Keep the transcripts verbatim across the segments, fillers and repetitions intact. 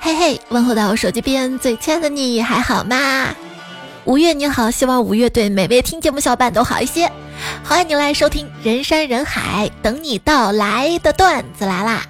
嘿嘿，问候到我手机边最亲爱的你还好吗？五月你好，希望五月对每位听节目小伙伴都好一些。欢迎你来收听人山人海等你到来的段子来啦。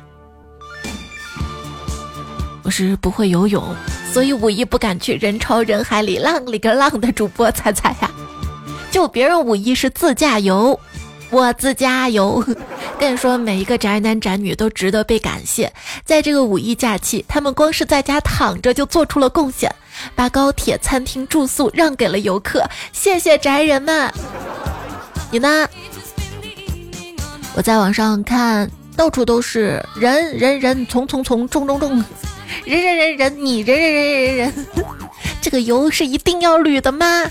我是不会游泳，所以五一不敢去人潮人海里浪里个浪的主播彩彩呀。就别人五一是自驾游，我自驾游。跟你说，每一个宅男宅女都值得被感谢。在这个五一假期，他们光是在家躺着就做出了贡献，把高铁、餐厅、住宿让给了游客。谢谢宅人们。你呢？我在网上看，到处都是人人人，从从从，重重重，人人人人，你人人人人人。这个游是一定要旅的吗？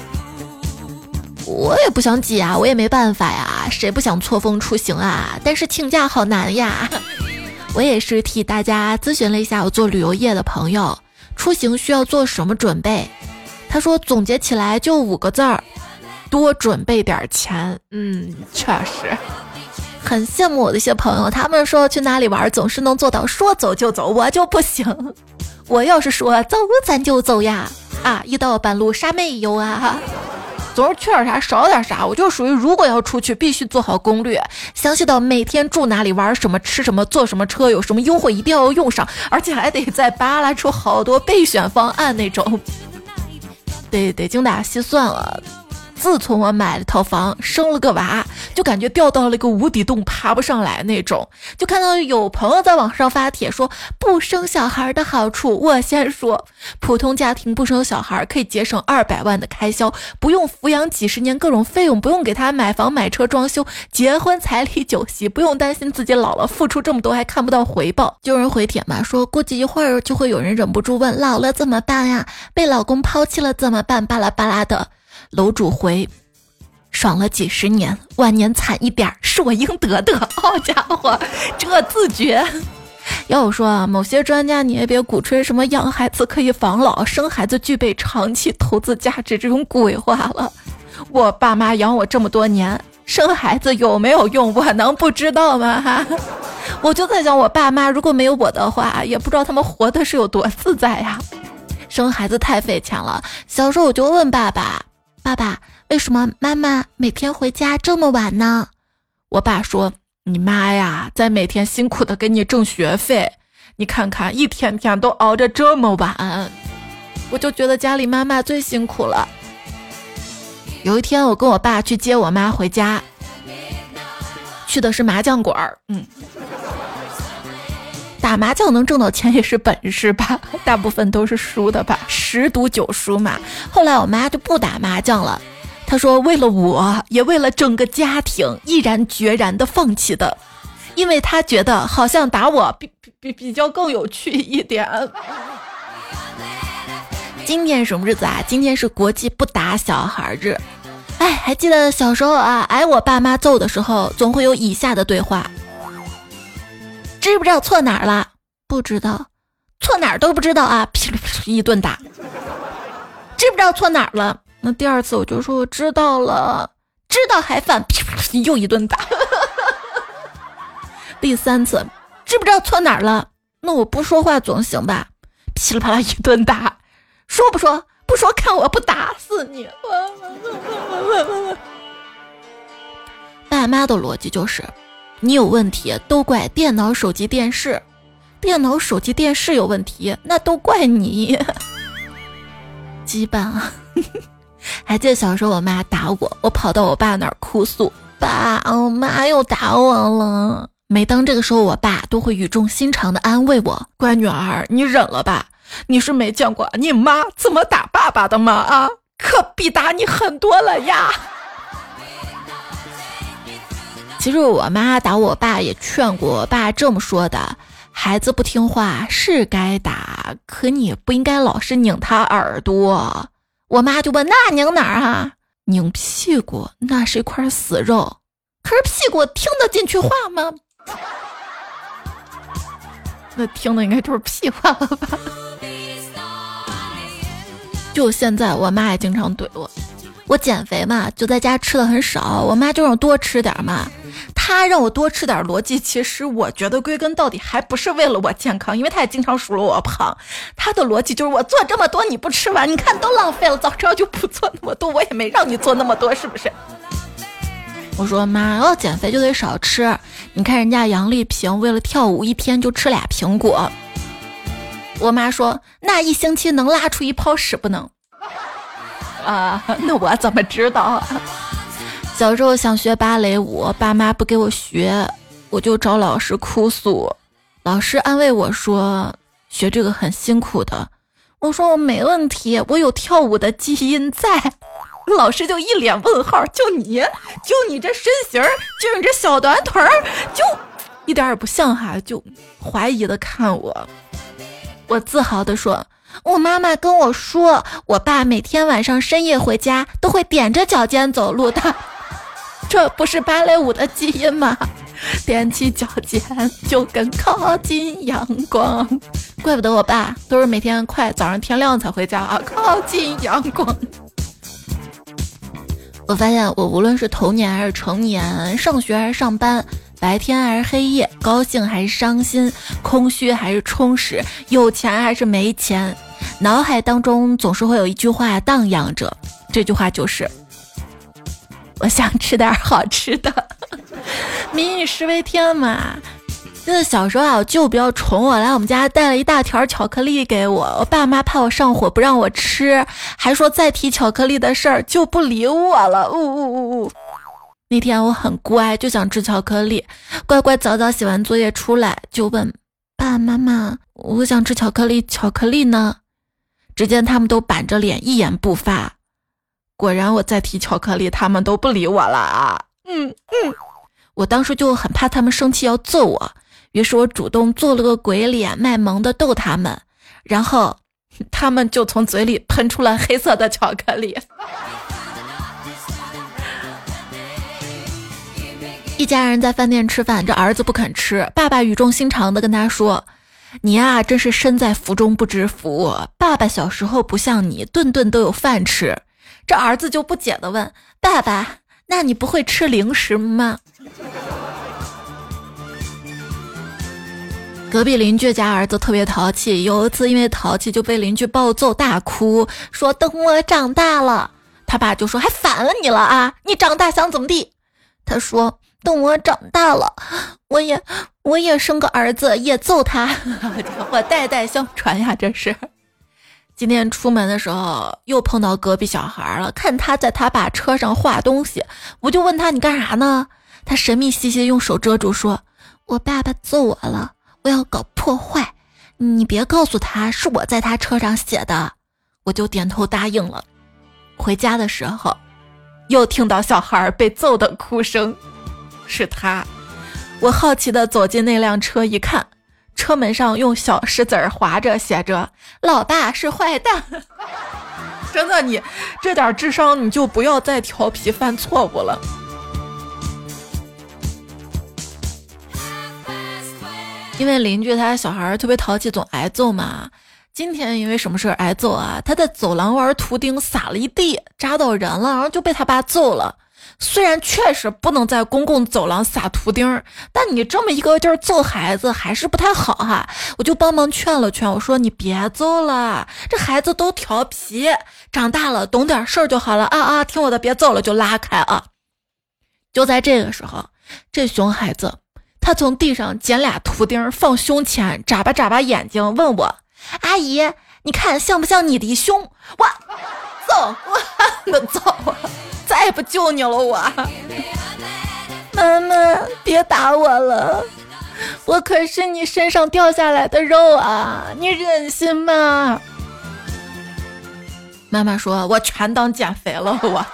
我也不想挤啊，我也没办法呀，谁不想错峰出行啊？但是请假好难呀。我也是替大家咨询了一下我做旅游业的朋友，出行需要做什么准备。他说总结起来就五个字儿，多准备点钱。嗯，确实很羡慕我的一些朋友，他们说去哪里玩总是能做到说走就走，我就不行。我要是说走咱就走呀，啊，一到半路啥没有啊，总是缺点啥少点啥。我就属于如果要出去必须做好攻略，详细到每天住哪里玩什么吃什么坐什么车有什么优惠一定要用上，而且还得再扒拉出好多备选方案那种，得得精打细算了。自从我买了套房生了个娃，就感觉掉到了一个无底洞爬不上来那种。就看到有朋友在网上发帖说不生小孩的好处，我先说，普通家庭不生小孩可以节省二百万的开销，不用抚养几十年各种费用，不用给他买房买车装修结婚彩礼酒席，不用担心自己老了付出这么多还看不到回报。就有人回帖嘛，说估计一会儿就会有人忍不住问老了怎么办呀，被老公抛弃了怎么办，巴拉巴拉的。楼主回，爽了几十年，晚年惨一点是我应得的。好家伙，这自觉。要我说啊，某些专家你也别鼓吹什么养孩子可以防老，生孩子具备长期投资价值这种鬼话了。我爸妈养我这么多年，生孩子有没有用我能不知道吗？哈，我就在想，我爸妈如果没有我的话，也不知道他们活的是有多自在呀。生孩子太费钱了，小时候我就问爸爸，爸爸，为什么妈妈每天回家这么晚呢？我爸说，你妈呀，在每天辛苦的给你挣学费，你看看一天天都熬着这么晚。我就觉得家里妈妈最辛苦了。有一天我跟我爸去接我妈回家，去的是麻将馆，嗯，打麻将能挣到钱也是本事吧，大部分都是输的吧，十赌九输嘛。后来我妈就不打麻将了，她说为了我也为了整个家庭毅然决然的放弃的，因为她觉得好像打我比比比较更有趣一点。今天是什么日子啊？今天是国际不打小孩日。哎，还记得小时候啊，挨我爸妈揍的时候总会有以下的对话，知不知道错哪儿了？不知道。错哪儿都不知道啊，噼里噼里一顿打。知不知道错哪儿了？那第二次我就说我知道了，知道还犯，噼里噼里又一顿打。第三次，知不知道错哪儿了？那我不说话总行吧？噼里啪啦一顿打。说不说？不说看我不打死你。爸妈的逻辑就是你有问题都怪电脑手机电视，电脑手机电视有问题那都怪你。羁绊啊。还记得小时候我妈打我，我跑到我爸那儿哭诉，爸，我妈又打我了。每当这个时候我爸都会语重心长地安慰我，乖女儿你忍了吧，你是没见过你妈怎么打爸爸的吗？啊，可比打你很多了呀。其实我妈打我爸也劝过我爸这么说的，孩子不听话是该打，可你不应该老是拧他耳朵。我妈就问，那拧哪儿啊？拧屁股，那是一块死肉。可是屁股听得进去话吗？那听的应该就是屁话了吧。就现在我妈也经常怼我，我减肥嘛，就在家吃的很少，我妈就让多吃点嘛，她他让我多吃点逻辑，其实我觉得归根到底还不是为了我健康，因为他也经常数落我胖。他的逻辑就是我做这么多你不吃完，你看都浪费了，早知道就不做那么多，我也没让你做那么多，是不是？我说妈，要减肥就得少吃，你看人家杨丽萍为了跳舞一天就吃俩苹果。我妈说那一星期能拉出一泡屎不能啊？那我怎么知道啊？小时候想学芭蕾舞，爸妈不给我学，我就找老师哭诉。老师安慰我说学这个很辛苦的。我说我没问题，我有跳舞的基因在。老师就一脸问号，就你就你这身形，就你这小短腿儿，就一点也不像哈，就怀疑的看我。我自豪的说，我妈妈跟我说，我爸每天晚上深夜回家都会踮着脚尖走路的。这不是芭蕾舞的基因吗？踮起脚尖就跟靠近阳光，怪不得我爸都是每天快早上天亮才回家啊！靠近阳光。我发现我无论是童年还是成年，上学还是上班，白天还是黑夜，高兴还是伤心，空虚还是充实，有钱还是没钱，脑海当中总是会有一句话荡漾着，这句话就是我想吃点好吃的。民以食为天嘛。就是小时候啊，我舅比较宠我，来我们家带了一大条巧克力给我，我爸妈怕我上火不让我吃，还说再提巧克力的事儿就不理我了。呜呜呜呜！那天我很乖，就想吃巧克力，乖乖早早写完作业出来，就问爸妈妈，我想吃巧克力，巧克力呢？只见他们都板着脸一言不发。果然我再提巧克力，他们都不理我了啊！嗯嗯，我当时就很怕他们生气要揍我，于是我主动做了个鬼脸，卖萌的逗他们，然后他们就从嘴里喷出了黑色的巧克力。一家人在饭店吃饭，这儿子不肯吃，爸爸语重心长的跟他说，你呀、啊、真是身在福中不知福，爸爸小时候不像你顿顿都有饭吃。这儿子就不解的问，爸爸，那你不会吃零食吗？隔壁邻居家儿子特别淘气，有一次因为淘气就被邻居暴揍大哭，说等我长大了。他爸就说还反了你了啊，你长大想怎么地？他说等我长大了，我也我也生个儿子也揍他。我代代相传呀，这是。今天出门的时候又碰到隔壁小孩了，看他在他爸车上画东西，我就问他你干啥呢？他神秘兮兮用手遮住说，我爸爸揍我了，我要搞破坏，你别告诉他是我在他车上写的。我就点头答应了。回家的时候又听到小孩被揍的哭声，是他。我好奇地走进那辆车一看，车门上用小石子儿划着写着老爸是坏蛋。真的，你这点智商你就不要再调皮犯错误了。因为邻居他小孩特别淘气，总挨揍嘛。今天因为什么事挨揍啊？他在走廊玩图钉撒了一地，扎到人了，然后就被他爸揍了。虽然确实不能在公共走廊撒图钉，但你这么一个劲儿揍孩子还是不太好哈。我就帮忙劝了劝，我说你别揍了，这孩子都调皮，长大了懂点事儿就好了啊啊！听我的，别揍了，就拉开啊。就在这个时候，这熊孩子他从地上捡俩图钉放胸前，眨巴眨巴眼睛问我，阿姨你看像不像你的胸？我揍我的揍啊，再也不救你了我。妈妈别打我了，我可是你身上掉下来的肉啊，你忍心吗？妈妈说我全当减肥了我。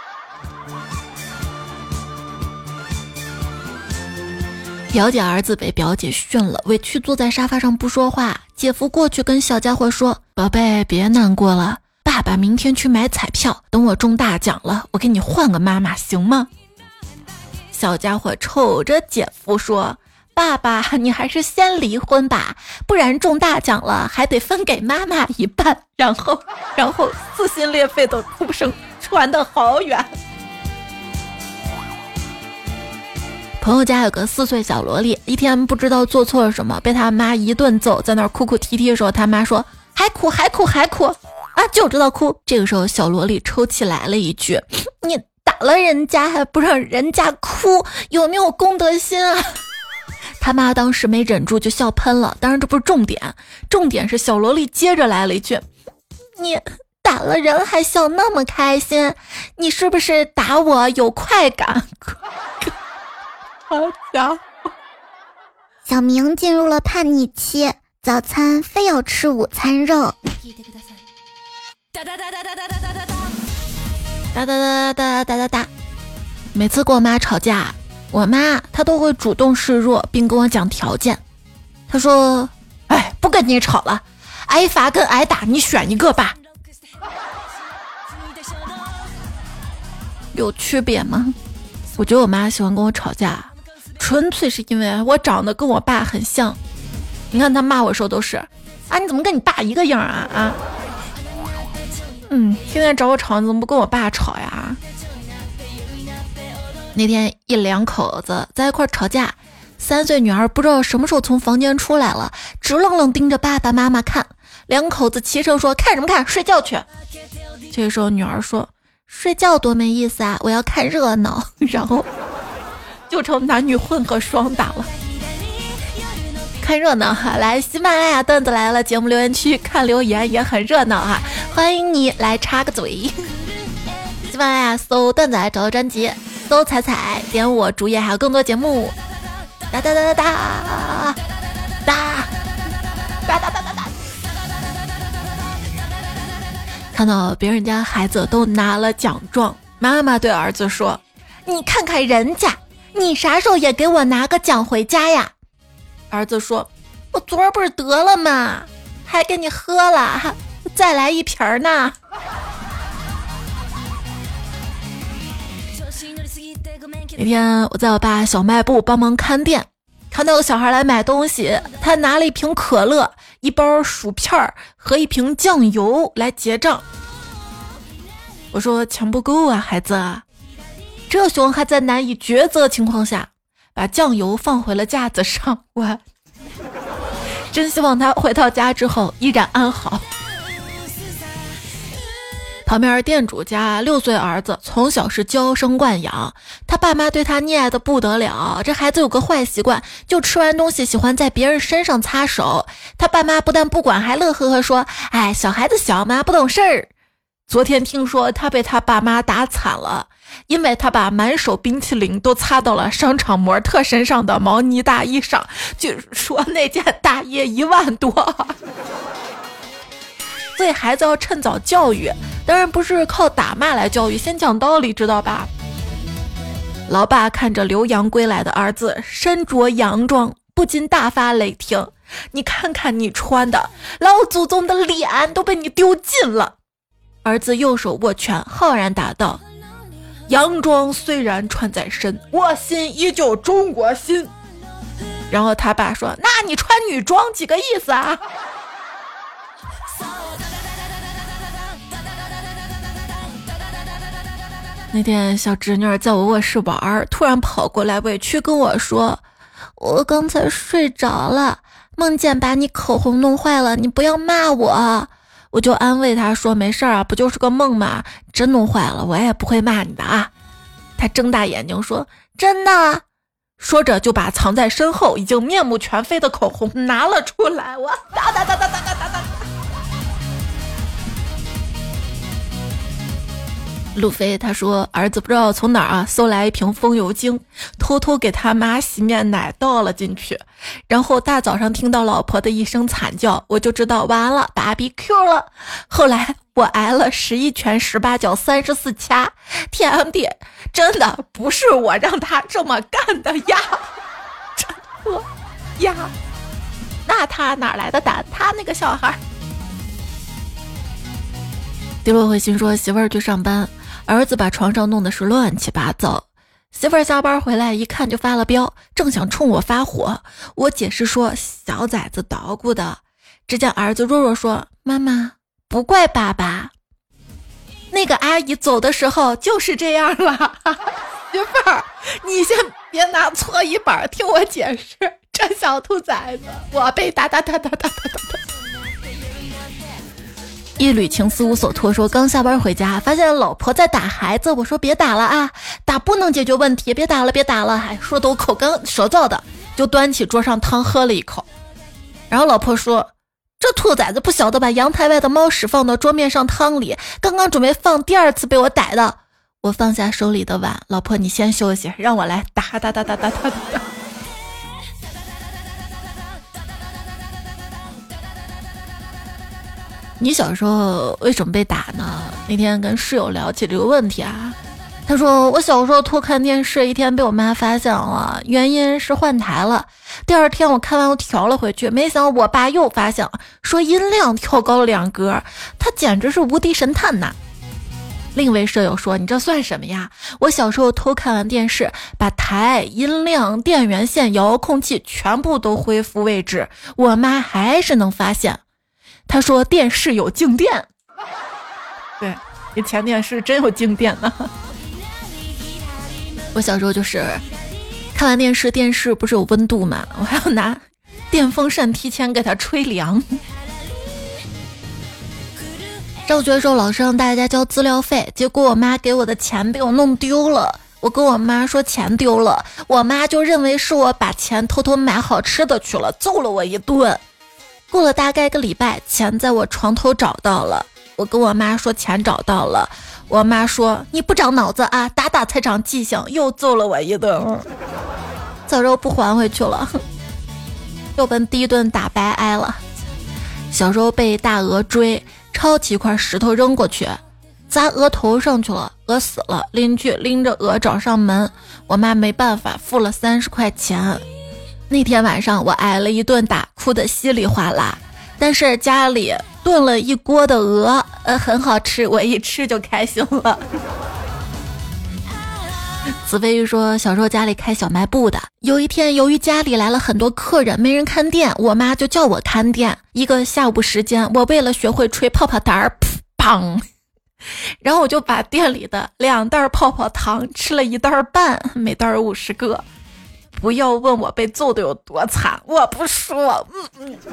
表姐儿子被表姐训了，委屈坐在沙发上不说话。姐夫过去跟小家伙说，宝贝别难过了，爸爸明天去买彩票，等我中大奖了我给你换个妈妈行吗？小家伙瞅着姐夫说，爸爸你还是先离婚吧，不然中大奖了还得分给妈妈一半。然后然后撕心裂肺的哭声传得好远。 朋友家有个四岁小萝莉，一天不知道做错了什么，被他妈一顿揍，在那儿哭哭啼啼的时候，他妈说还哭还哭还哭啊，就知道哭。这个时候小萝莉抽泣来了一句，你打了人家还不让人家哭，有没有公德心啊？他妈当时没忍住就笑喷了。当然这不是重点，重点是小萝莉接着来了一句，你打了人还笑那么开心，你是不是打我有快感？好家伙！ 小明进入了叛逆期，早餐非要吃午餐肉。 哒哒哒哒哒哒哒哒哒哒哒哒哒哒哒哒。每次跟我妈吵架，我妈她都会主动示弱，并跟我讲条件。她说：“哎，不跟你吵了，挨罚跟挨打，你选一个吧。”有区别吗？我觉得我妈喜欢跟我吵架，纯粹是因为我长得跟我爸很像。你看她骂我的时候都是啊，你怎么跟你爸一个样啊啊！嗯，天天找我吵，你怎么不跟我爸吵呀？那天一两口子在一块吵架，三岁女儿不知道什么时候从房间出来了，直愣愣盯着爸爸妈妈看。两口子齐声说：“看什么看，睡觉去。”这个时候女儿说：“睡觉多没意思啊，我要看热闹。”然后就成男女混合双打了。看热闹哈，来喜马拉雅段子来了，节目留言区看留言也很热闹哈，欢迎你来插个嘴。喜马拉雅搜段子来找到专辑，搜彩彩，点我主页还有更多节目。哒哒哒哒哒哒哒哒哒哒哒。看到别人家孩子都拿了奖状，妈妈对儿子说：“你看看人家，你啥时候也给我拿个奖回家呀？”儿子说：“我昨儿不是得了吗？还给你喝了，再来一瓶呢。”那天我在我爸小卖部帮忙看店，看到有小孩来买东西，他拿了一瓶可乐、一包薯片和一瓶酱油来结账。我说：“钱不够啊，孩子。”这熊还在难以抉择情况下把酱油放回了架子上，我真希望他回到家之后依然安好。旁边店主家六岁儿子从小是娇生惯养，他爸妈对他溺爱的不得了。这孩子有个坏习惯，就吃完东西喜欢在别人身上擦手。他爸妈不但不管，还乐呵呵说：“哎，小孩子小嘛，不懂事儿。”昨天听说他被他爸妈打惨了，因为他把满手冰淇淋都擦到了商场模特身上的毛呢大衣上，据说那件大衣一万多。所以孩子要趁早教育，当然不是靠打骂来教育，先讲道理，知道吧？老爸看着留洋归来的儿子身着洋装，不禁大发雷霆：“你看看你穿的，老祖宗的脸都被你丢尽了。”儿子右手握拳，浩然答道：“洋装虽然穿在身，我心依旧中国心。”然后他爸说：“那你穿女装几个意思啊？”那天小侄女在我卧室玩，突然跑过来委屈跟我说：“我刚才睡着了，梦见把你口红弄坏了，你不要骂我。”我就安慰她说：“没事啊，不就是个梦嘛，真弄坏了我也不会骂你的啊。”她睁大眼睛说：“真的？”说着就把藏在身后已经面目全非的口红拿了出来，我哒哒哒哒哒哒哒哒。路飞他说儿子不知道从哪儿啊搜来一瓶风油精，偷偷给他妈洗面奶倒了进去，然后大早上听到老婆的一声惨叫，我就知道完了 B B Q 了。后来我挨了十一拳十八脚三十四掐，天爹，真的不是我让他这么干的呀，真的呀，那他哪来的胆？他那个小孩。迪洛回信说媳妇儿去上班，儿子把床上弄得是乱七八糟，媳妇儿下班回来一看就发了飙，正想冲我发火，我解释说小崽子捣鼓的。只见儿子弱弱说：“妈妈，不怪爸爸，那个阿姨走的时候就是这样了。” 媳妇儿，你先别拿错一板，听我解释。这小兔崽子，我被打打打打打打打。一缕情丝无所托说，刚下班回家，发现老婆在打孩子，我说别打了啊，打不能解决问题，别打了别打了，还说都口干舌燥的，就端起桌上汤喝了一口。然后老婆说，这兔崽子不晓得把阳台外的猫屎放到桌面上汤里，刚刚准备放第二次被我逮的。我放下手里的碗，老婆你先休息，让我来打打打打打打打。你小时候为什么被打呢？那天跟室友聊起这个问题啊，他说我小时候偷看电视，一天被我妈发现了，原因是换台了。第二天我看完我调了回去，没想到我爸又发现了，说音量调高了两格，他简直是无敌神探呐。另一位舍友说，你这算什么呀？我小时候偷看完电视，把台、音量、电源线、遥控器全部都恢复位置，我妈还是能发现。他说电视有静电。对，以前电视真有静电呢。我小时候就是看完电视，电视不是有温度嘛，我还要拿电风扇提前给它吹凉。上学的时候老师让大家交资料费，结果我妈给我的钱被我弄丢了。我跟我妈说钱丢了，我妈就认为是我把钱偷偷买好吃的去了，揍了我一顿。过了大概一个礼拜，钱在我床头找到了，我跟我妈说钱找到了，我妈说你不长脑子啊，打打才长记性，又揍了我一顿。早知道不还回去了，又奔第一顿打白挨了。小时候被大鹅追，抄起一块石头扔过去，砸鹅头上去了，鹅死了，邻居拎着鹅找上门，我妈没办法付了三十块钱。那天晚上我挨了一顿打，哭得稀里哗啦，但是家里炖了一锅的鹅，呃，很好吃，我一吃就开心了。子飞说小时候家里开小卖部的，有一天由于家里来了很多客人，没人看店，我妈就叫我看店。一个下午时间，我为了学会吹泡泡糖，砰，然后我就把店里的两袋泡泡糖吃了一袋半，每袋五十个。不要问我被揍的有多惨，我不说。嗯嗯，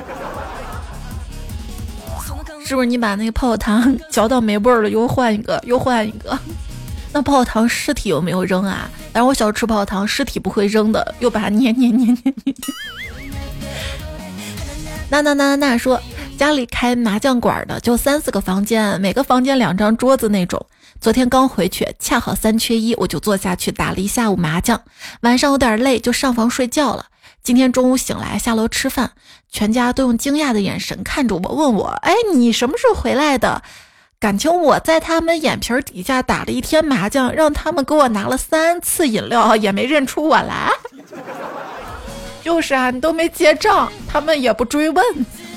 是不是你把那个泡泡糖嚼到没味儿了，又换一个，又换一个？那泡泡糖尸体有没有扔啊？然后我小吃泡泡糖，尸体不会扔的，又把它捏捏捏捏捏。那那那那说家里开麻将馆的，就三四个房间，每个房间两张桌子那种。昨天刚回去，恰好三缺一，我就坐下去打了一下午麻将。晚上有点累，就上房睡觉了。今天中午醒来下楼吃饭，全家都用惊讶的眼神看着我，问我：“哎，你什么时候回来的？”感情我在他们眼皮底下打了一天麻将，让他们给我拿了三次饮料，也没认出我来。就是啊，你都没结账，他们也不追问。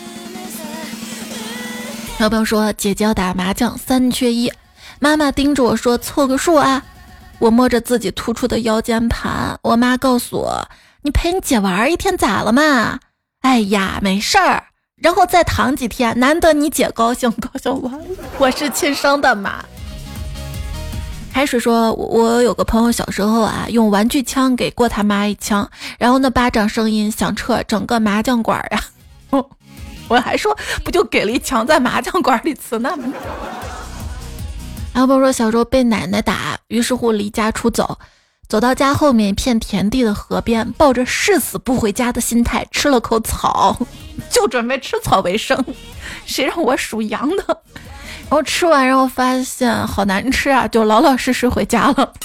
小朋友说姐姐要打麻将，三缺一。妈妈盯着我说凑个数啊，我摸着自己突出的腰间盘，我妈告诉我你陪你姐玩一天咋了嘛？哎呀没事儿，然后再躺几天，难得你姐高兴高兴完，我是亲生的嘛。海水说我有个朋友小时候啊用玩具枪给过他妈一枪，然后那巴掌声音响彻整个麻将馆呀、啊、我还说不就给了一枪在麻将馆里刺那么。阿波说小时候被奶奶打，于是乎离家出走，走到家后面一片田地的河边，抱着誓死不回家的心态吃了口草，就准备吃草为生，谁让我属羊的。然后吃完然后发现好难吃啊，就老老实实回家了。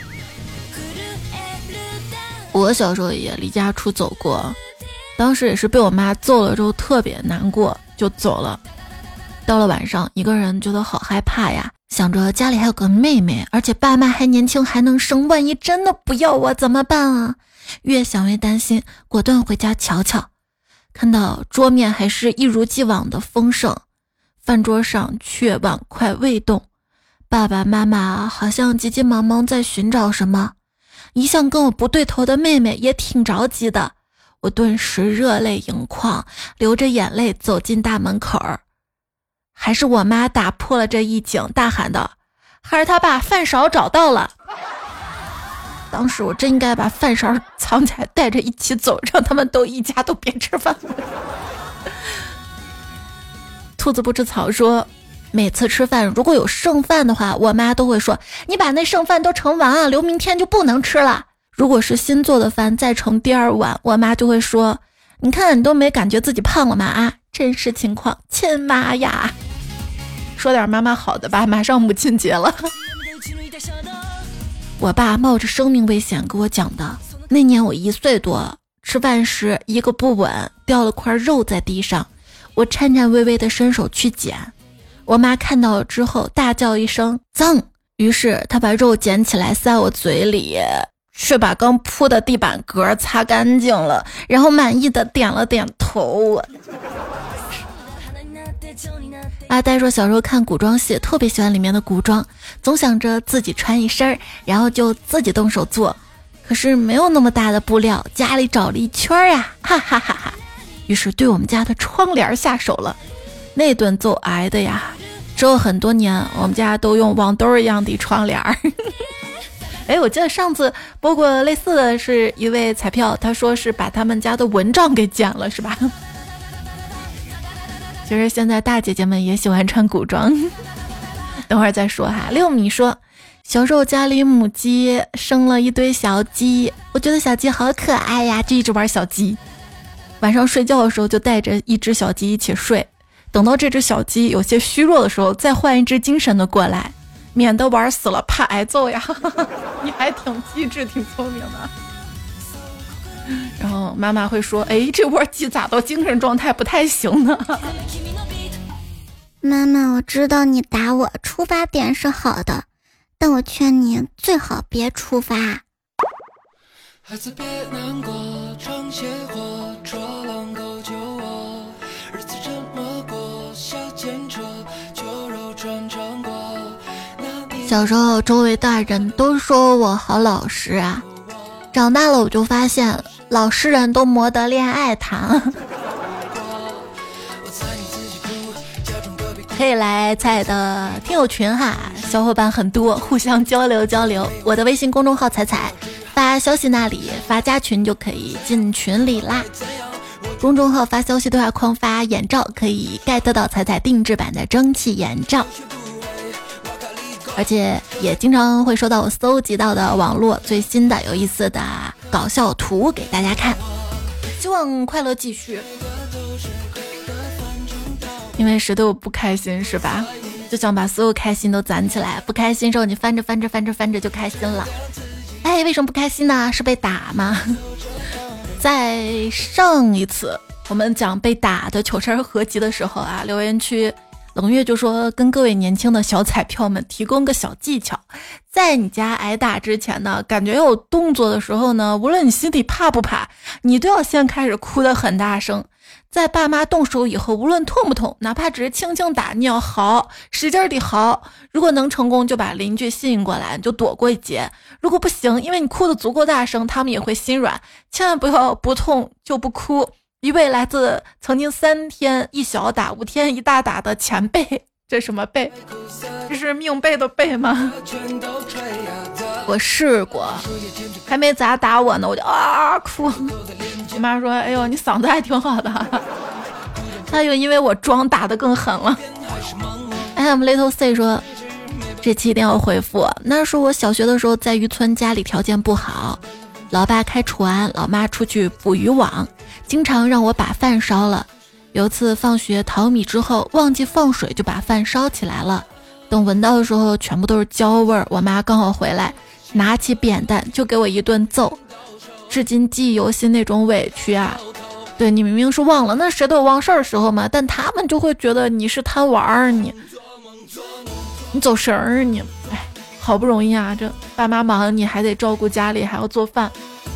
我小时候也离家出走过，当时也是被我妈揍了之后特别难过，就走了。到了晚上一个人觉得好害怕呀，想着家里还有个妹妹，而且爸妈还年轻还能生，万一真的不要我怎么办啊？越想越担心，果断回家瞧瞧，看到桌面还是一如既往的丰盛，饭桌上却碗筷未动，爸爸妈妈好像急急忙忙在寻找什么，一向跟我不对头的妹妹也挺着急的，我顿时热泪盈眶，流着眼泪走进大门口儿。还是我妈打破了这一景，大喊道：“孩儿他爸饭勺找到了。” 当时我真应该把饭勺藏起来带着一起走，让他们都一家都别吃饭。兔子不吃草说，每次吃饭如果有剩饭的话，我妈都会说，你把那剩饭都盛完啊，留明天就不能吃了。如果是新做的饭再盛第二碗，我妈就会说，你看你都没感觉自己胖了吗？啊，真实情况，亲妈呀！说点妈妈好的吧，马上母亲节了。我爸冒着生命危险给我讲的，那年我一岁多，吃饭时一个不稳掉了块肉在地上，我颤颤巍巍地伸手去捡，我妈看到了之后大叫一声脏，于是她把肉捡起来塞我嘴里，却把刚铺的地板格擦干净了，然后满意的点了点头。阿呆说，小时候看古装戏特别喜欢里面的古装，总想着自己穿一身，然后就自己动手做，可是没有那么大的布料，家里找了一圈呀，哈哈哈哈！于是对我们家的窗帘下手了，那顿揍挨的呀！之后很多年，我们家都用网兜一样的窗帘。哎，我记得上次播过类似的是一位彩票，他说是把他们家的蚊帐给剪了，是吧？其实现在大姐姐们也喜欢穿古装。等会儿再说哈。六米说，小时候家里母鸡生了一堆小鸡，我觉得小鸡好可爱呀，就一直玩小鸡。晚上睡觉的时候就带着一只小鸡一起睡，等到这只小鸡有些虚弱的时候，再换一只精神的过来，免得玩死了怕挨揍呀。你还挺机智挺聪明的。然后妈妈会说，哎，这窝鸡咋都精神状态不太行呢？ 妈妈，我知道你打我出发点是好的，但我劝你最好别出发。孩子别难过，常些火，戳浪够救我，日子这么过，下检车，酒肉穿肠过。小时候周围大人都说我好老实啊，长大了我就发现老实人都没得恋爱谈。可以来彩的听友群哈，小伙伴很多，互相交流交流。我的微信公众号彩彩，发消息那里发加群就可以进群里啦。公众号发消息对话框发眼罩，可以 get 到彩彩定制版的蒸汽眼罩，而且也经常会收到我搜集到的网络最新的有意思的搞笑图给大家看。希望快乐继续，因为谁都有不开心是吧？就想把所有开心都攒起来，不开心时候你翻着翻着翻着翻着就开心了。哎，为什么不开心呢？是被打吗？在上一次我们讲被打的糗事合集的时候啊，留言区冷月就说，跟各位年轻的小彩票们提供个小技巧，在你家挨打之前呢，感觉有动作的时候呢，无论你心里怕不怕，你都要先开始哭得很大声。在爸妈动手以后，无论痛不痛，哪怕只是轻轻打，你要嚎，使劲地嚎。如果能成功，就把邻居吸引过来，你就躲过一劫。如果不行，因为你哭得足够大声，他们也会心软。千万不要不痛就不哭。一位来自曾经三天一小打五天一大打的前辈，这什么辈？这是命背的背吗？我试过，还没咋打我呢，我就啊哭。我妈说，哎呦，你嗓子还挺好的。他就因为我装打得更狠了。I am little C 说，这期一定要回复。那是我小学的时候在渔村，家里条件不好，老爸开船，老妈出去捕渔网，经常让我把饭烧了。有次放学淘米之后忘记放水，就把饭烧起来了，等闻到的时候全部都是焦味儿。我妈刚好回来，拿起扁担就给我一顿揍，至今记忆犹新那种委屈啊。对，你明明是忘了，那谁都有忘事儿的时候嘛，但他们就会觉得你是贪玩儿，你你走神儿，你哎，好不容易啊，这爸妈忙，你还得照顾家里，还要做饭。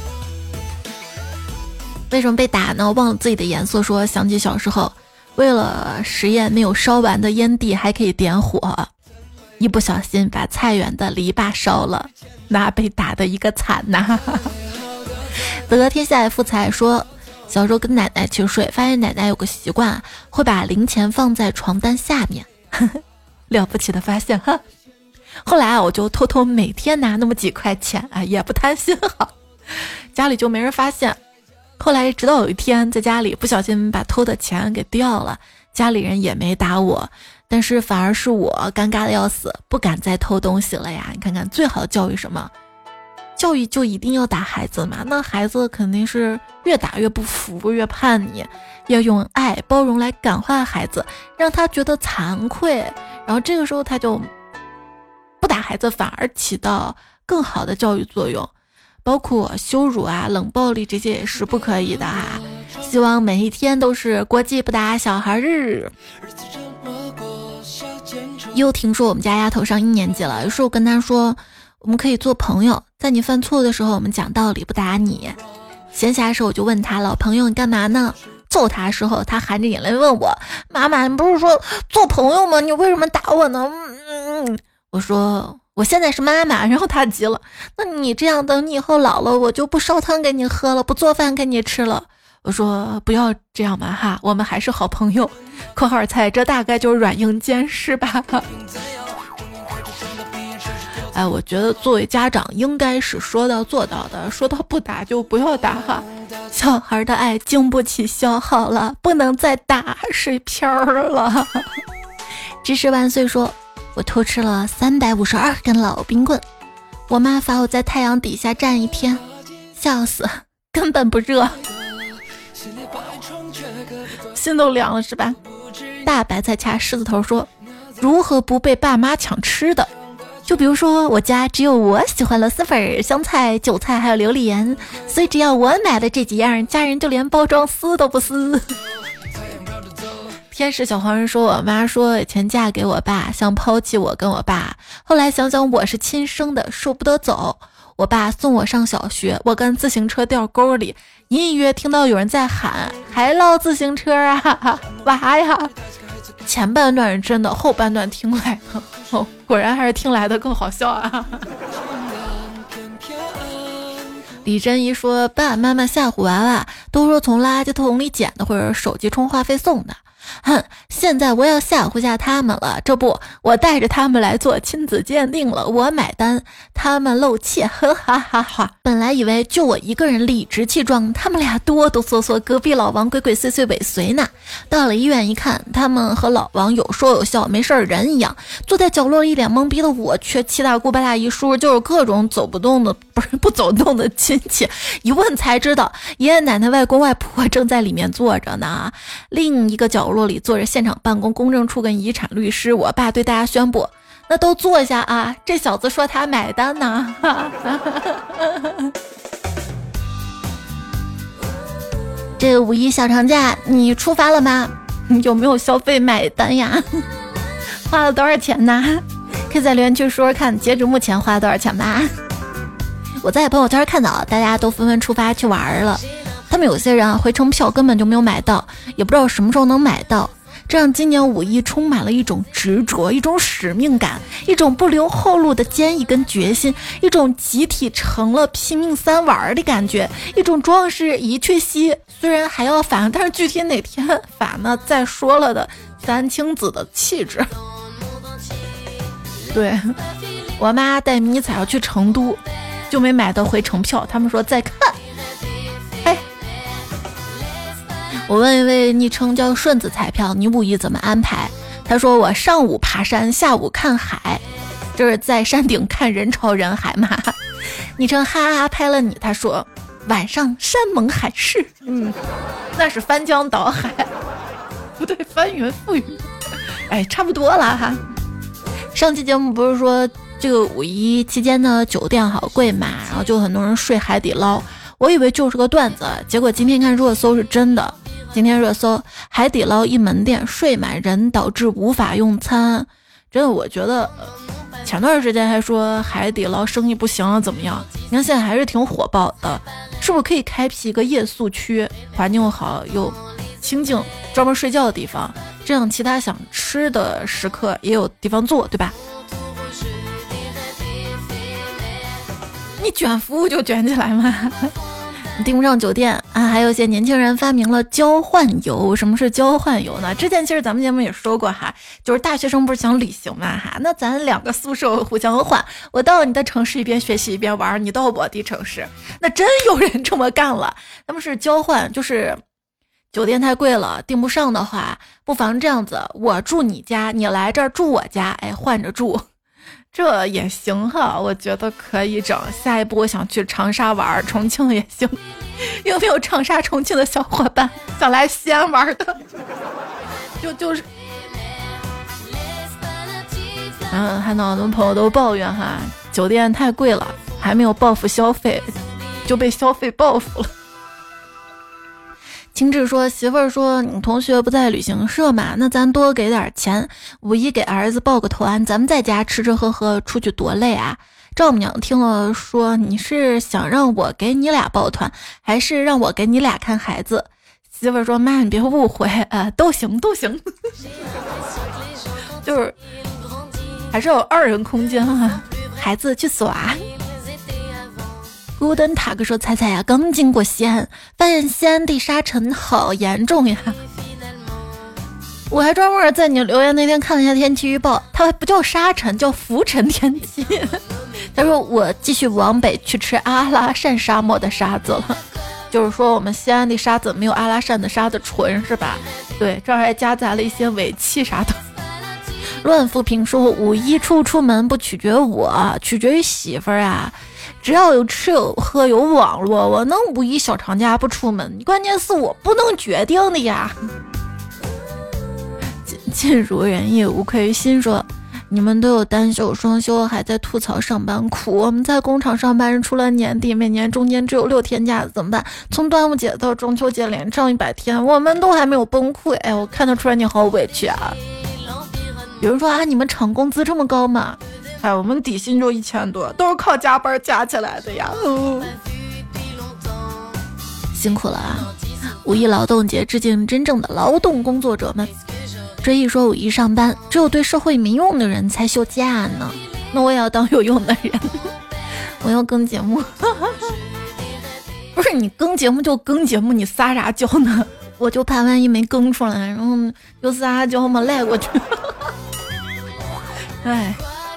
为什么被打呢？忘了自己的颜色说，想起小时候为了实验没有烧完的烟蒂还可以点火，一不小心把菜园的篱笆烧了，那被打的一个惨呐。得天下富财说，小时候跟奶奶去睡，发现奶奶有个习惯，会把零钱放在床单下面。了不起的发现哈！ 后来啊，我就偷偷每天拿那么几块钱啊，也不贪心哈，家里就没人发现。后来直到有一天在家里不小心把偷的钱给掉了，家里人也没打我，但是反而是我尴尬的要死，不敢再偷东西了呀。你看看最好的教育什么？教育就一定要打孩子嘛？那孩子肯定是越打越不服，越叛逆，要用爱包容来感化孩子，让他觉得惭愧，然后这个时候他就不打孩子，反而起到更好的教育作用。包括羞辱啊、冷暴力这些也是不可以的哈。希望每一天都是国际不打小孩日。又听说我们家丫头上一年级了，于是我跟她说，我们可以做朋友，在你犯错的时候我们讲道理不打你。闲暇时候我就问她，老朋友你干嘛呢？揍她的时候她含着眼泪问我，妈妈你不是说做朋友吗？你为什么打我呢？嗯，我说我现在是妈妈。然后她急了，那你这样等你以后老了，我就不烧汤给你喝了，不做饭给你吃了。我说不要这样嘛哈，我们还是好朋友。括号猜这大概就是软硬兼施吧。哎，我觉得作为家长应该是说到做到的，说到不打就不要打哈。小孩的爱经不起消耗了，不能再打水漂了。知识万岁说，我偷吃了三百五十二根老冰棍，我妈罚我在太阳底下站一天，笑死，根本不热，心都凉了是吧？大白菜掐狮子头说，如何不被爸妈抢吃的？就比如说我家只有我喜欢螺蛳粉、香菜、韭菜还有榴莲，所以只要我买的这几样，家人就连包装撕都不撕。天使小黄人说，我妈说以前嫁给我爸想抛弃我跟我爸，后来想想我是亲生的，舍不得走。我爸送我上小学，我跟自行车掉沟里，隐隐约听到有人在喊，还捞自行车啊娃呀。前半段是真的，后半段听来的、哦、果然还是听来的更好笑啊。李珍怡说，爸爸妈妈吓唬娃娃都说从垃圾桶里捡的，或者手机充话费送的。哼，现在我要吓唬下他们了，这不我带着他们来做亲子鉴定了，我买单，他们露怯，呵哈哈哈。本来以为就我一个人理直气壮，他们俩哆哆嗦嗦，隔壁老王鬼鬼祟祟尾随呢。到了医院一看，他们和老王有说有笑，没事人一样，坐在角落一脸懵逼的我，却七大姑八大姨叔，就是各种走不动的，不是不走动的亲戚。一问才知道，爷爷奶奶外公外婆正在里面坐着呢。另一个角落里坐着现场办公公证处跟遗产律师。我爸对大家宣布，那都坐下啊，这小子说他买单呢。这个五一小长假你出发了吗？有没有消费买单呀？花了多少钱呢？可以在留言区说说看，截止目前花了多少钱吧。我在朋友圈看到大家都纷纷出发去玩了，他们有些人啊回程票根本就没有买到，也不知道什么时候能买到，这让今年五一充满了一种执着，一种使命感，一种不留后路的坚毅跟决心，一种集体成了拼命三玩的感觉，一种壮士一去兮虽然还要返，但是具体哪天返呢再说了的三清子的气质。对，我妈带迷彩要去成都，就没买到回程票，他们说再看。哎，我问一位昵称叫顺子彩票，你五一怎么安排？他说我上午爬山，下午看海，这是在山顶看人潮人海嘛？昵称哈哈拍了你，他说晚上山盟海誓，嗯，那是翻江倒海，不对，翻云覆雨，哎，差不多了哈。上期节目不是说这个五一期间的酒店好贵嘛，然后就很多人睡海底捞，我以为就是个段子，结果今天看热搜是真的。今天热搜，海底捞一门店睡满人导致无法用餐。真的，我觉得前段时间还说海底捞生意不行了怎么样，你看现在还是挺火爆的，是不是可以开辟一个夜宿区，环境又好又清静，专门睡觉的地方，这样其他想吃的食客也有地方坐，对吧？你卷服务就卷起来嘛。 订不上酒店啊。还有一些年轻人发明了交换游。什么是交换游呢？之前其实咱们节目也说过哈，就是大学生不是想旅行嘛哈，那咱两个宿舍互相换，我到你的城市一边学习一边玩，你到我的城市，那真有人这么干了。他们是交换，就是酒店太贵了订不上的话，不妨这样子，我住你家，你来这儿住我家，哎，换着住，这也行哈，我觉得可以整。下一步我想去长沙玩，重庆也行。有没有长沙重庆的小伙伴想来西安玩的？就就是嗯，看到很多朋友都抱怨哈，酒店太贵了，还没有报复消费就被消费报复了。秦志说，媳妇儿说你同学不在旅行社嘛，那咱多给点钱，五一给儿子报个团，咱们在家吃吃喝喝，出去多累啊。丈母娘听了说，你是想让我给你俩报团，还是让我给你俩看孩子？媳妇儿说，妈你别误会，呃，都行都行。就是还是有二人空间啊，孩子去耍。孤灯塔克说，彩彩呀，刚经过西安，发现西安地沙尘好严重呀。我还专门在你留言那天看了一下天气预报，它不叫沙尘，叫浮尘天气。他说我继续往北去吃阿拉善沙漠的沙子了，就是说我们西安的沙子没有阿拉善的沙子纯是吧？对，这儿还夹杂了一些尾气啥的。乱富平说，五一出不出门不取决我，取决于媳妇儿啊。只要有吃有喝有网络，我能五一小长假不出门，关键是我不能决定的呀。尽如人意，无愧于心说，你们都有单休双休，还在吐槽上班苦，我们在工厂上班，除了年底每年中间只有六天假，怎么办？从端午节到中秋节连上一百天，我们都还没有崩溃。哎，我看得出来你好委屈啊。有人说啊，你们厂工资这么高吗？哎，我们底薪就一千多，都是靠加班加起来的呀。哦、辛苦了啊！五一劳动节致敬真正的劳动工作者们。追忆说，五一上班，只有对社会没用的人才休假呢。那我也要当有用的人，我要更节目。不是你更节目就更节目，你撒啥娇呢？我就怕万一没更出来，然后就撒娇嘛赖过去。哎。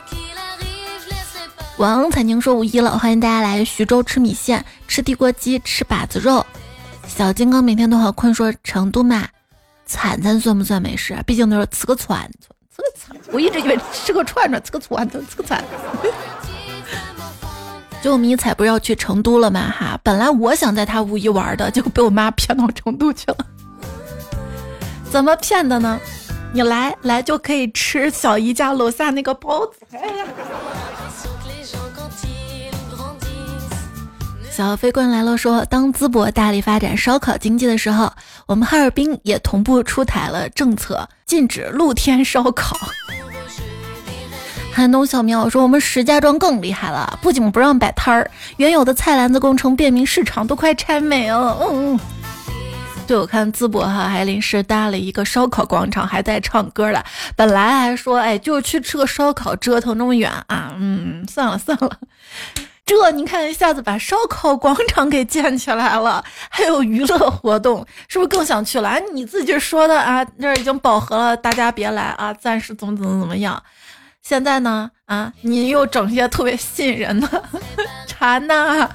王彩宁说，五一了，欢迎大家来徐州吃米线，吃地锅鸡，吃把子肉。小金刚每天都好困说，成都嘛，惨惨算不算美食？毕竟都是吃个串，吃个串，我一直以为吃个串串，吃个串，吃个串。就迷彩不是要去成都了吗？哈，本来我想在他五一玩的，结果被我妈骗到成都去了。怎么骗的呢？你来来就可以吃小姨家楼下那个包子。哎呀！小飞棍来了说，当淄博大力发展烧烤经济的时候，我们哈尔滨也同步出台了政策，禁止露天烧烤。寒冬小苗说，我们石家庄更厉害了，不仅不让摆摊儿，原有的菜篮子工程便民市场都快拆没了。嗯，对，我看淄博哈还临时搭了一个烧烤广场，还在唱歌了。本来还说，哎，就去吃个烧烤，折腾这么远啊，嗯，算了算了。这你看一下子把烧烤广场给建起来了，还有娱乐活动，是不是更想去了？你自己说的啊，这儿已经饱和了，大家别来啊，暂时怎么怎么怎么样。现在呢啊，你又整些特别吸引人的馋呐。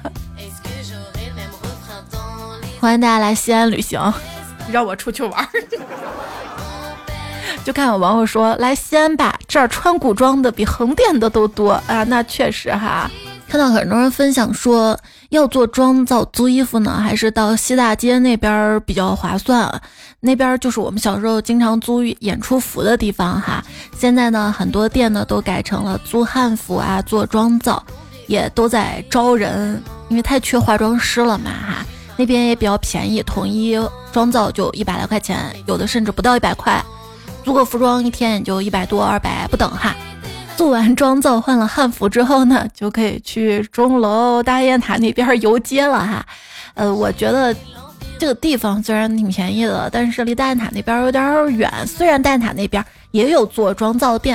欢迎大家来西安旅行，让我出去玩。就看有网友说，来西安吧，这儿穿古装的比横店的都多啊，那确实哈。看到很多人分享说，要做妆造租衣服呢，还是到西大街那边比较划算啊？那边就是我们小时候经常租演出服的地方哈。现在呢，很多店呢都改成了租汉服啊，做妆造，也都在招人，因为太缺化妆师了嘛哈。那边也比较便宜，统一妆造就一百来块钱，有的甚至不到一百块，租个服装一天也就一百多二百不等哈。做完妆造换了汉服之后呢，就可以去钟楼大雁塔那边游街了哈。呃，我觉得这个地方虽然挺便宜的，但是离大雁塔那边有点远。虽然大雁塔那边也有做妆造店，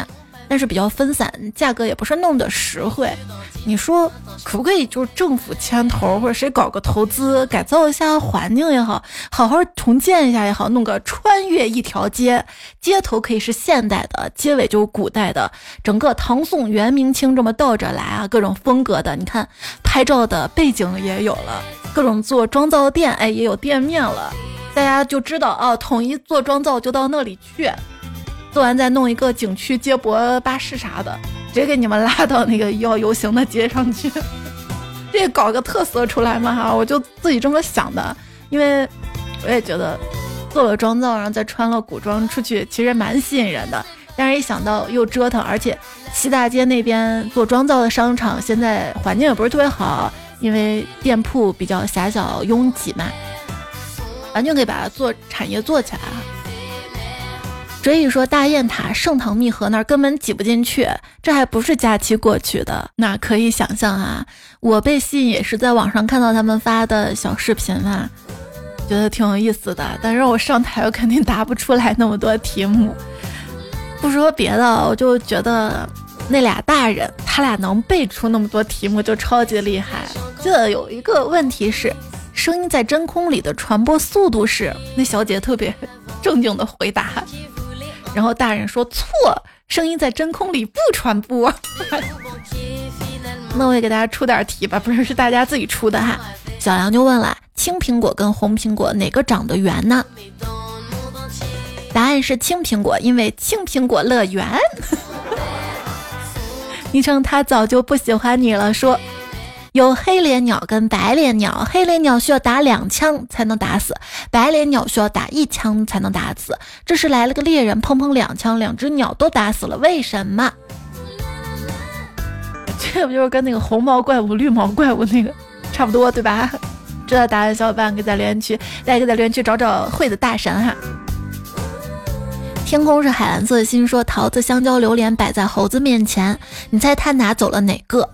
但是比较分散，价格也不是弄得实惠。你说可不可以就是政府牵头，或者谁搞个投资，改造一下环境也好，好好重建一下也好，弄个穿越一条街，街头可以是现代的，街尾就是古代的，整个唐宋元明清这么倒着来啊，各种风格的。你看拍照的背景也有了，各种做妆造店，哎，也有店面了，大家就知道啊，统一做妆造就到那里去。做完再弄一个景区接驳巴士啥的，直接给你们拉到那个要游行的街上去，这搞个特色出来嘛哈，我就自己这么想的，因为我也觉得做了妆造，然后再穿了古装出去，其实蛮吸引人的。但是一想到又折腾，而且西大街那边做妆造的商场现在环境也不是特别好，因为店铺比较狭小拥挤嘛，完全可以把它做产业做起来啊。所以说大雁塔盛唐密河那儿根本挤不进去，这还不是假期过去的。那可以想象啊，我被吸引也是在网上看到他们发的小视频嘛，觉得挺有意思的，但是我上台我肯定答不出来那么多题目。不说别的，我就觉得那俩大人他俩能背出那么多题目就超级厉害。这有一个问题是，声音在真空里的传播速度是，那小姐特别正经的回答，然后大人说错，声音在真空里不传播。那我也给大家出点题吧，不是是大家自己出的哈。小杨就问了，青苹果跟红苹果哪个长得圆呢？答案是青苹果，因为青苹果乐园。昵称他早就不喜欢你了，说有黑脸鸟跟白脸鸟，黑脸鸟需要打两枪才能打死，白脸鸟需要打一枪才能打死。这时来了个猎人，砰砰两枪，两只鸟都打死了，为什么？这不就是跟那个红毛怪物绿毛怪物那个差不多对吧？知道答案小伙伴可以在留言区，大家可以在留言区找找会的大神哈。天空是海蓝色的心说，桃子香蕉榴莲摆在猴子面前，你猜他拿走了哪个？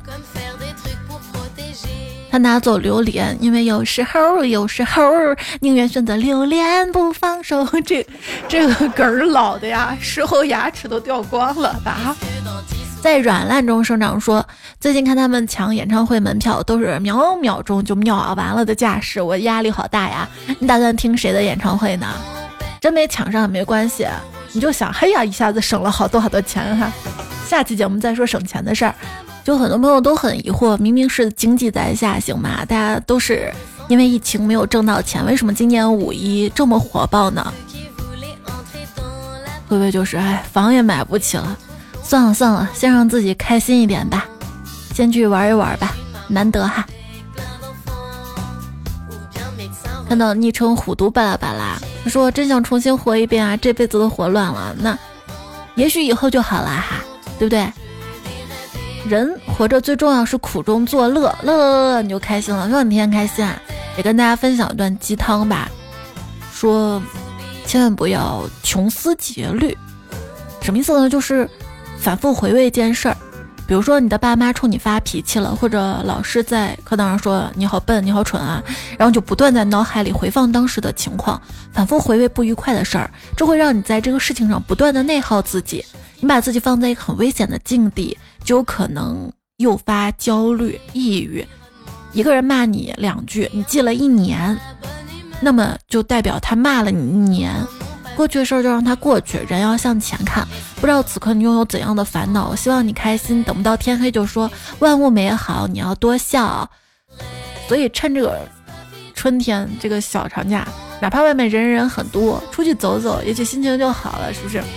他拿走榴莲，因为有时候有时候宁愿选择榴莲不放手。这这个梗儿老的呀，事后牙齿都掉光了吧。在软烂中生长说，最近看他们抢演唱会门票都是秒秒钟就秒完了的架势，我压力好大呀。你打算听谁的演唱会呢？真没抢上也没关系，你就想嘿呀一下子省了好多好多钱哈。下期节目再说省钱的事儿。就很多朋友都很疑惑，明明是经济在下行嘛，大家都是因为疫情没有挣到钱，为什么今年五一这么火爆呢？会不会就是哎房也买不起了，算了算了，先让自己开心一点吧，先去玩一玩吧，难得哈。看到昵称虎毒巴拉巴拉，他说真想重新活一遍啊，这辈子都活乱了，那也许以后就好了哈，对不对？人活着最重要是苦中作乐，乐乐乐乐你就开心了，乐你天天开心啊。也跟大家分享一段鸡汤吧，说千万不要穷思竭虑。什么意思呢？就是反复回味一件事儿，比如说你的爸妈冲你发脾气了，或者老师在课堂上说你好笨你好蠢啊，然后就不断在脑海里回放当时的情况，反复回味不愉快的事儿，这会让你在这个事情上不断的内耗自己，你把自己放在一个很危险的境地，就有可能诱发焦虑抑郁。一个人骂你两句，你记了一年，那么就代表他骂了你一年，过去的事儿就让它过去，人要向前看。不知道此刻你拥有怎样的烦恼，我希望你开心，等不到天黑就说万物美好，你要多笑。所以趁这个春天这个小长假，哪怕外面人人很多，出去走走，也许心情就好了，是不是？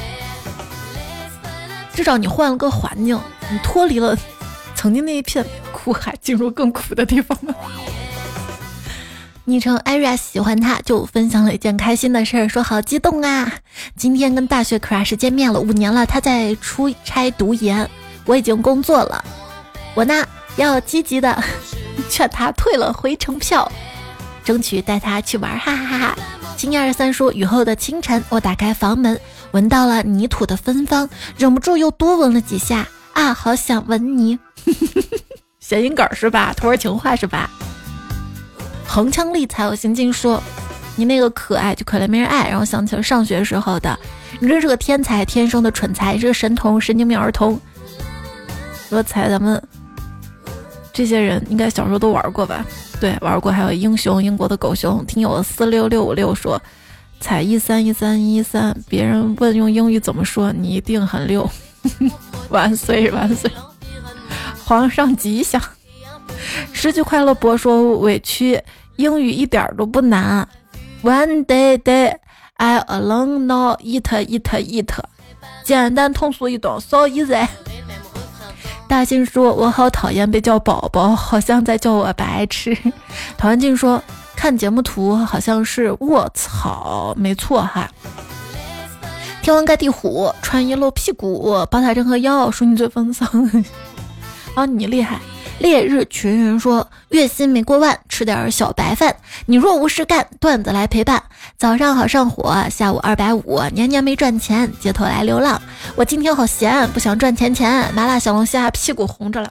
至少你换了个环境，你脱离了曾经那一片苦海，进入更苦的地方了。昵称艾瑞喜欢他，就分享了一件开心的事儿，说好激动啊！今天跟大学 crush 见面了，五年了，他在出差读研，我已经工作了，我呢要积极的劝他退了回程票，争取带他去玩，哈哈哈哈！七月二十三说，雨后的清晨，我打开房门，闻到了泥土的芬芳，忍不住又多闻了几下啊，好想闻泥。谐音梗是吧？土味情话是吧？横枪立才有心经说， 你那个可爱就可怜没人爱，然后想起了上学时候的，你真是个天才，天生的蠢材，你是个神童，神经病儿童。说才咱们这些人应该小时候都玩过吧？对，玩过。还有英雄，英国的狗熊听友四六六五六说，才一三一三一三，别人问用英语怎么说，你一定很溜。万岁万岁，皇上吉祥。失去快乐博说委屈，英语一点都不难。One day day I alone now eat eat eat， 简单通俗易懂 so easy。 大新说，我好讨厌被叫宝宝，好像在叫我白痴。陶文静说，看节目图好像是卧槽，没错哈。天王盖地虎，穿衣露屁股，宝塔镇河妖，说你最风骚。啊，你厉害。烈日群云说，月薪没过万，吃点小白饭，你若无事干，段子来陪伴。早上好上火，下午二百五，年年没赚钱，街头来流浪。我今天好闲，不想赚钱钱，麻辣小龙虾屁股红着了。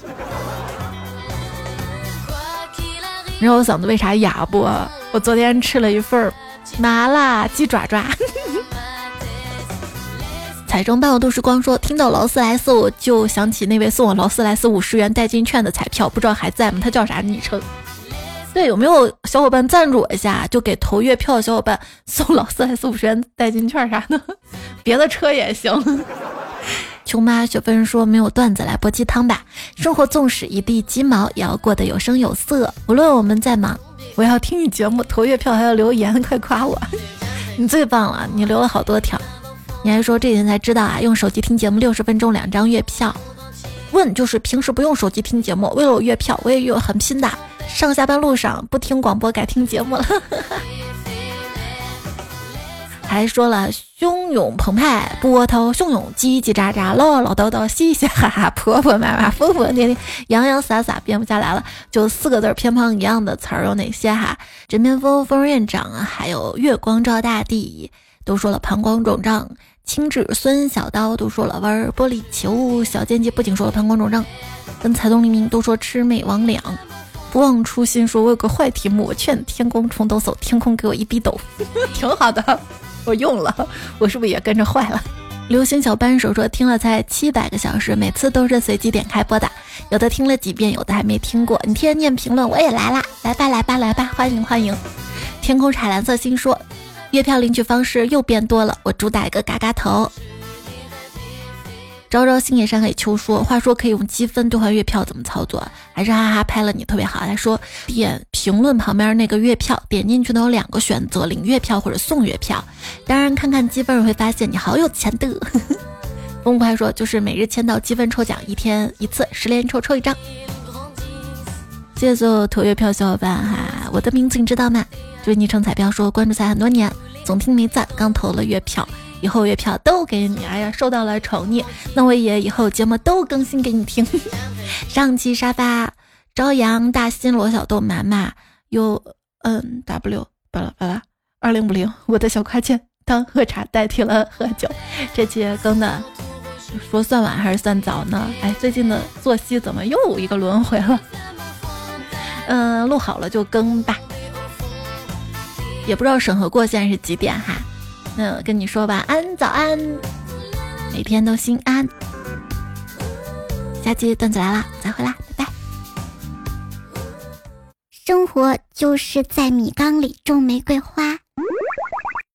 你知道我嗓子为啥哑不？我昨天吃了一份麻辣鸡爪爪。彩中伴我度时光说，听到劳斯莱斯我就想起那位送我劳斯莱斯五十元代金券的彩票，不知道还在吗？他叫啥昵称？对，有没有小伙伴赞助我一下，就给投月票的小伙伴送劳斯莱斯五十元代金券啥的，别的车也行。穷妈雪芬说，没有段子来煲鸡汤吧，生活纵使一地鸡毛，也要过得有声有色。无论我们再忙，我要听你节目，投月票还要留言，快夸我。你最棒了，你留了好多条。你还说这几天才知道啊，用手机听节目六十分钟两张月票。问就是平时不用手机听节目，为了我月票我也有很拼的，上下班路上不听广播改听节目了。还说了汹涌澎湃，波涛汹涌，叽叽喳喳，唠唠叨叨，嘻嘻哈哈，婆婆妈妈，疯疯癫癫，洋洋洒洒，编不下来了。就四个字偏旁一样的词儿有哪些哈？枕边风，风院长，还有月光照大地，都说了膀胱肿胀。青雉孙小刀都说了玩玻璃球，小剑姬不仅说了膀胱肿胀，跟财东黎明都说魑魅魍魉。不忘初心说，我有个坏题目，我劝天公重抖擞，天空给我一逼斗。挺好的，我用了，我是不是也跟着坏了？流星小扳手说，听了才七百个小时，每次都是随机点开播的，有的听了几遍，有的还没听过。你天天念评论，我也来啦，来吧来吧来吧，欢迎欢迎。天空彩蓝色星说，月票领取方式又变多了，我主打一个嘎嘎头。朝朝星野山海秋说，话说可以用积分兑换月票怎么操作？还是哈哈拍了你特别好。他说点评论旁边那个月票，点进去呢有两个选择，领月票或者送月票。当然看看积分会发现你好有钱的。风快说，就是每日签到积分抽奖，一天一次，十连抽抽一张。谢谢所有投月票小伙伴哈，我的名字你知道吗？就是昵称彩票说，关注才很多年，总听没赞，刚投了月票，以后月票都给你。哎呀，受到了宠溺，那我也以后节目都更新给你听。上期沙发，朝阳大新罗小豆妈妈 U N W 巴拉巴拉二零五零，我的小快件当喝茶代替了喝酒。这期更的说算晚还是算早呢？哎，最近的作息怎么又一个轮回了？嗯、呃，录好了就更吧。也不知道审核过现在是几点哈，那跟你说吧，安早安，每天都心安。下期段子来啦，再会啦，拜拜。 生活就是在米缸里种玫瑰花。